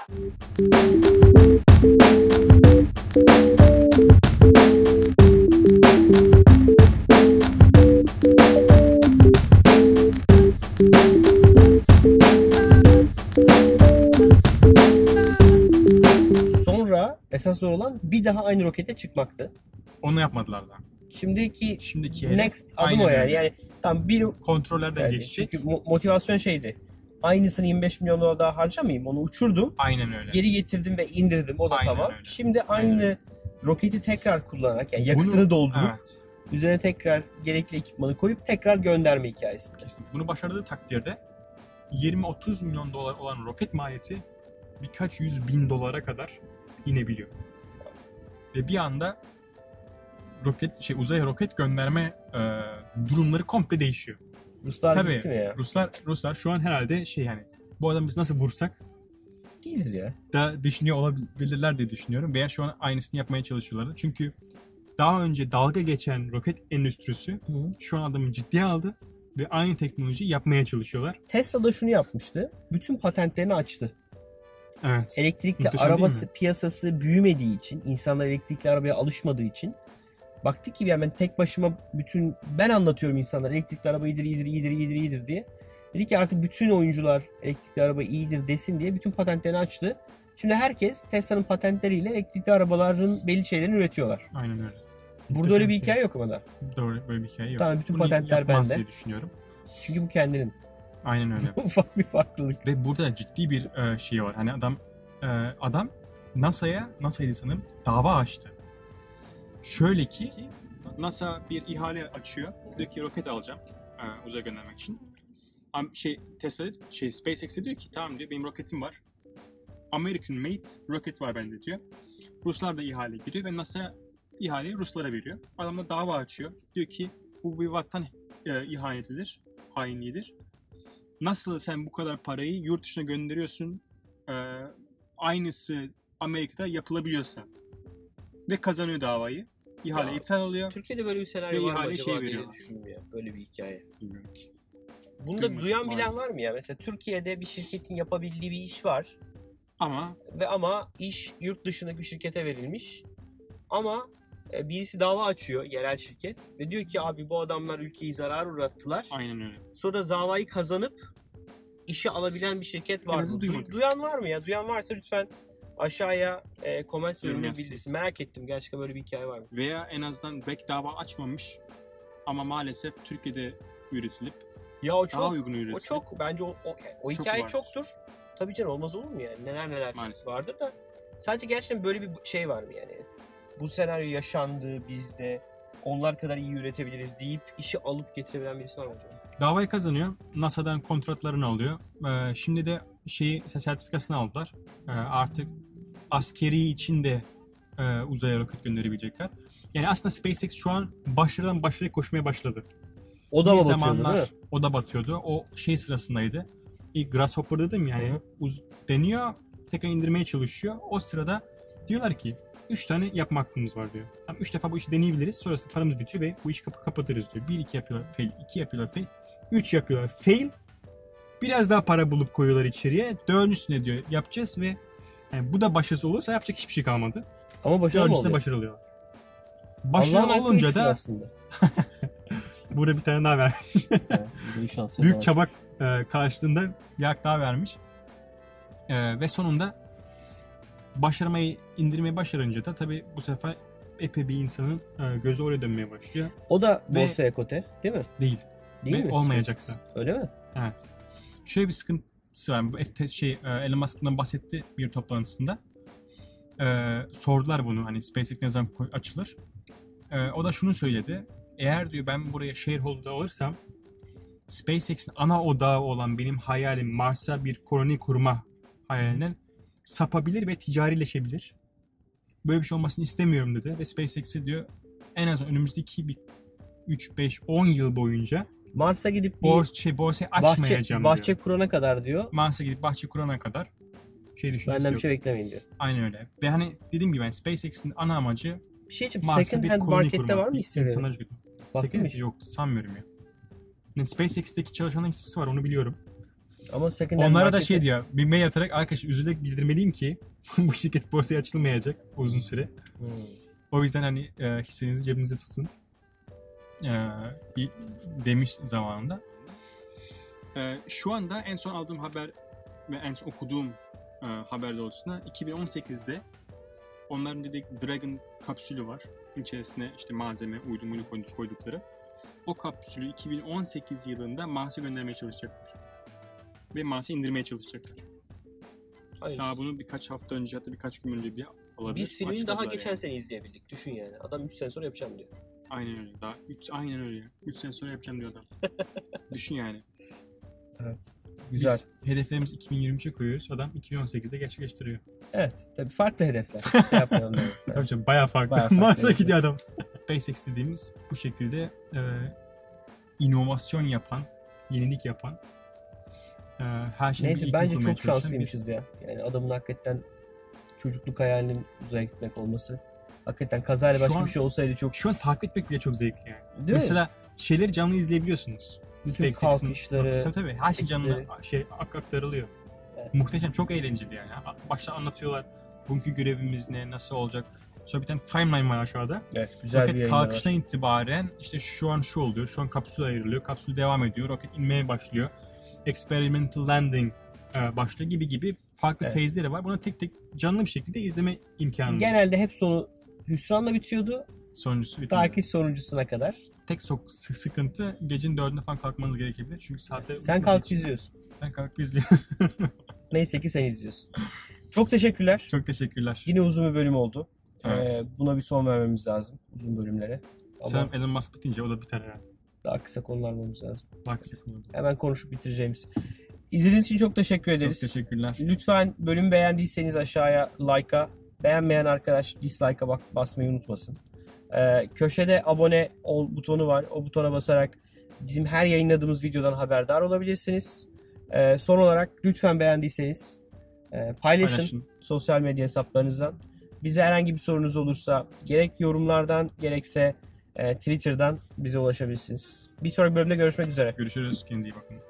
Sonra esas zor olan bir daha aynı rokete çıkmaktı. Onu yapmadılar da. Şimdiki hedef next adım aynen o yani. öyle. Yani tam bir Kontrollerden yani geçecek. çünkü motivasyon şeydi. Aynısını 25 milyon dolar daha harcamayayım. Onu uçurdum. Aynen öyle. Geri getirdim ve indirdim. O da Aynen tamam. öyle. Şimdi Aynen aynı öyle. roketi tekrar kullanarak yani yakıtını doldurup Evet. üzerine tekrar gerekli ekipmanı koyup tekrar gönderme hikayesi. Kesinlikle. Bunu başardığı takdirde 20-30 milyon dolar olan roket maliyeti birkaç 100 bin dolara kadar inebiliyor. Ve bir anda uzaya roket gönderme durumları komple değişiyor. Ruslar Tabii gitti mi ya? Ruslar şu an herhalde yani bu adamı biz nasıl vursak Değildir ya. da düşünüyor olabilirler diye düşünüyorum. Veya şu an aynısını yapmaya çalışıyorlar. Çünkü daha önce dalga geçen roket endüstrisi şu an adamı ciddiye aldı ve aynı teknolojiyi yapmaya çalışıyorlar. Tesla da şunu yapmıştı. Bütün patentlerini açtı. Evet. Elektrikli Muhteşem araba değil mi? piyasası büyümediği için, insanlar elektrikli arabaya alışmadığı için baktık ki yani ben tek başıma ben anlatıyorum insanlara elektrikli araba iyidir diye. Dedi ki artık bütün oyuncular elektrikli araba iyidir desin diye bütün patentlerini açtı. Şimdi herkes Tesla'nın patentleriyle elektrikli arabaların belli şeylerini üretiyorlar. Aynen öyle. Burada öyle bir hikaye yok ama da. Doğru, böyle bir hikaye yok. Tamam, bütün Bunu patentler yapmaz bende. diye düşünüyorum. Çünkü bu kendinin. Aynen öyle. Ufak bir farklılık. Ve burada ciddi bir şey var. Hani adam NASA'ydı sanırım, dava açtı. Şöyle ki NASA bir ihale açıyor. Diyor ki roket alacağım uzaya göndermek için. Tesla SpaceX'e diyor ki tamam diyor, benim roketim var. American made roket var bende diyor. Ruslar da ihale giriyor ve NASA ihaleyi Ruslara veriyor. Adam da dava açıyor. Diyor ki bu bir vatan ihanetidir, hainliğidir. Nasıl sen bu kadar parayı yurt dışına gönderiyorsun, aynısı Amerika'da yapılabiliyorsa, ve kazanıyor davayı. İhale iptal oluyor. Türkiye'de böyle bir senaryo Ve var mı ihale acaba diye veriyorlar. düşündüm ya. Böyle bir hikaye. Bilmiyorum ki. Bunu da Duymadım duyan bilen maalesef. var mı ya? Mesela Türkiye'de bir şirketin yapabildiği bir iş var. Ama iş yurt dışındaki bir şirkete verilmiş. Ama birisi dava açıyor, yerel şirket. Ve diyor ki abi bu adamlar ülkeyi zarar uğrattılar. aynen öyle. Sonra davayı kazanıp işi alabilen bir şirket var En mı? azından duymadık. Duyan var mı ya? Duyan varsa lütfen aşağıya comment bölümüne yazsın. bildirsin. Merak ettim. Gerçekten böyle bir hikaye var mı? Veya en azından belki dava açmamış ama maalesef Türkiye'de üretilip Ya o daha çok, uygun üretilip. o çok. Bence o Çok hikaye vardır. çoktur. Tabii canım, olmaz olur mu yani? Neler Maalesef. vardır da. Sadece gerçekten böyle bir şey var mı yani? Bu senaryo yaşandı bizde. Onlar kadar iyi üretebiliriz deyip işi alıp getirebilen birisi var mı acaba? Davayı kazanıyor. NASA'dan kontratlarını alıyor. Şimdi de sertifikasını aldılar. Artık askeri için de uzaya roket gönderebilecekler. Yani aslında SpaceX şu an başarıdan başarıya koşmaya başladı. O da Bir mı batıyordu zamanlar değil mi? o da batıyordu. O sırasındaydı. İlk Grasshopper dedim yani. Deniyor, tekrar indirmeye çalışıyor. O sırada diyorlar ki 3 tane yapma hakkımız var diyor. Tamam, 3 defa bu işi deneyebiliriz. Sonrasında paramız bitiyor ve bu işi kapatırız diyor. 1-2 yapıyorlar fail, 2 yapıyorlar fail, 3 yapıyorlar fail. Biraz daha para bulup koyuyorlar içeriye. 4.'üsüne diyor yapacağız ve yani bu da başarısı olursa yapacak hiçbir şey kalmadı. Ama başarılı mı 4.'üsüne oluyor? başarılı oluyorlar. Başarılı Allah'ın hakkı olunca üçtür da aslında. burada bir tane daha ver. Büyük çabak karşılığında bir hak daha vermiş. Ve sonunda indirmeyi başarınca da tabii bu sefer epey bir insanın gözü oraya dönmeye başlıyor. O da Ve- Borsa Ekote değil mi? Değil. Değil Ve mi? olmayacaksa. Öyle mi? Evet. Şöyle bir sıkıntısı var. Bu Elon Musk bundan bahsetti bir toplantısında. Sordular bunu, hani SpaceX ne zaman açılır? O da şunu söyledi. Eğer diyor ben buraya shareholder alırsam SpaceX'in ana odağı olan benim hayalim Mars'a bir koloni kurma hayalinden sapabilir ve ticarileşebilir. Böyle bir şey olmasını istemiyorum dedi ve SpaceX'e diyor en azından önümüzdeki 3-5-10 yıl boyunca Mars'a gidip bir borsayı açmayacağım bahçe diyor. kurana kadar diyor. Mars'a gidip bahçe kurana kadar düşüncesi Benden bir yok. şey beklemeyin diyor. Aynen öyle. Ve hani dediğim gibi yani SpaceX'in ana amacı Bir şey için Mars'a second bir hand koloni markette kurmak. var mı hisseleri? İnsanlar götürmek. Baktın mı hiç? Yok sanmıyorum ya. Yani SpaceX'teki çalışanların hissesi var, onu biliyorum. Ama secondary Onlara da markete- şey diyor, bir mail atarak arkadaş üzülerek bildirmeliyim ki bu şirket borsaya açılmayacak uzun süre. Hmm. O yüzden hani hissenizi cebinizde tutun. Bir demiş zamanında. Şu anda en son aldığım haber ve en son okuduğum haber doğrultusunda 2018'de onların dedik Dragon kapsülü var. İçerisine işte malzeme, uydu koydukları. O kapsülü 2018 yılında Mars'a göndermeye çalışacaklar. Ve Mars'a indirmeye çalışacaklar. Hayırlısı. Daha bunu birkaç hafta önce hatta birkaç gün önce bir olabilir. Biz filmini daha Açıkladılar geçen yani. sene izleyebildik. Düşün yani. Adam 3 sene sonra yapacağım diyor. Aynen öyle. Aynen öyle. 3 sene sonra yapacağım diyor adam. Düşün yani. Evet. Güzel. Biz hedeflerimizi 2023'e koyuyoruz. Adam 2018'de gerçekleştiriyor. Evet. Tabii farklı hedefler. Şey yapmayalım da. Tabii canım bayağı farklı. Bayağı farklı Mars'a hedefler. gidiyor adam. SpaceX dediğimiz bu şekilde inovasyon yapan, yenilik yapan, her şeyi Neyse ilk bence kurmaya çok çalışan şanslıymışız ya. Yani adamın hakikaten çocukluk hayalinin uzaya gitmek olması. Hakikaten kazayla Şu başka an- bir şey olsaydı çok... Şu an takip etmek bile çok zevkli yani. Değil Mesela şeyleri canlı izleyebiliyorsunuz. Bütün kalkışları, Tabii her şey canlı hareketleri. aktarılıyor. Evet. Muhteşem, çok eğlenceli yani. Başta anlatıyorlar bugünkü görevimiz ne, nasıl olacak. Sonra bir tane timeline var aşağıda. Evet, güzel bir Roket yayın var. kalkıştan itibaren işte şu an şu oluyor. Şu an kapsül ayrılıyor. Kapsül devam ediyor. Roket inmeye başlıyor. Experimental landing başlıyor gibi farklı Evet. phase'leri var. Bunu tek tek canlı bir şekilde izleme imkanı var. Genelde hep sonu hüsranla bitiyordu. Sonuncusu Ta bitmedi. ki sonuncusuna kadar. Tek sıkıntı gecenin 4'ünde falan kalkmanız gerekebilir. Çünkü saatler Sen uzun kalkıp geçiyor. izliyorsun. Ben kalkıp izliyorum. Neyse ki sen izliyorsun. Çok teşekkürler. Çok teşekkürler. Yine uzun bir bölüm oldu. Evet. Buna bir son vermemiz lazım. Uzun bölümlere. Ama Sen Elon Musk bitince o da biter herhalde. daha kısa konular bulmamız lazım. Daha kısa konu oldu. Hemen konuşup bitireceğimiz. İzlediğiniz için çok teşekkür Çok ederiz. teşekkürler. Lütfen bölümü beğendiyseniz aşağıya like'a, beğenmeyen arkadaş dislike'a basmayı unutmasın. Köşede abone ol butonu var. O butona basarak bizim her yayınladığımız videodan haberdar olabilirsiniz. Son olarak lütfen beğendiyseniz paylaşın sosyal medya hesaplarınızdan. Bize herhangi bir sorunuz olursa gerek yorumlardan gerekse Twitter'dan bize ulaşabilirsiniz. Bir sonraki bölümde görüşmek üzere. Görüşürüz. Kendinize iyi bakın.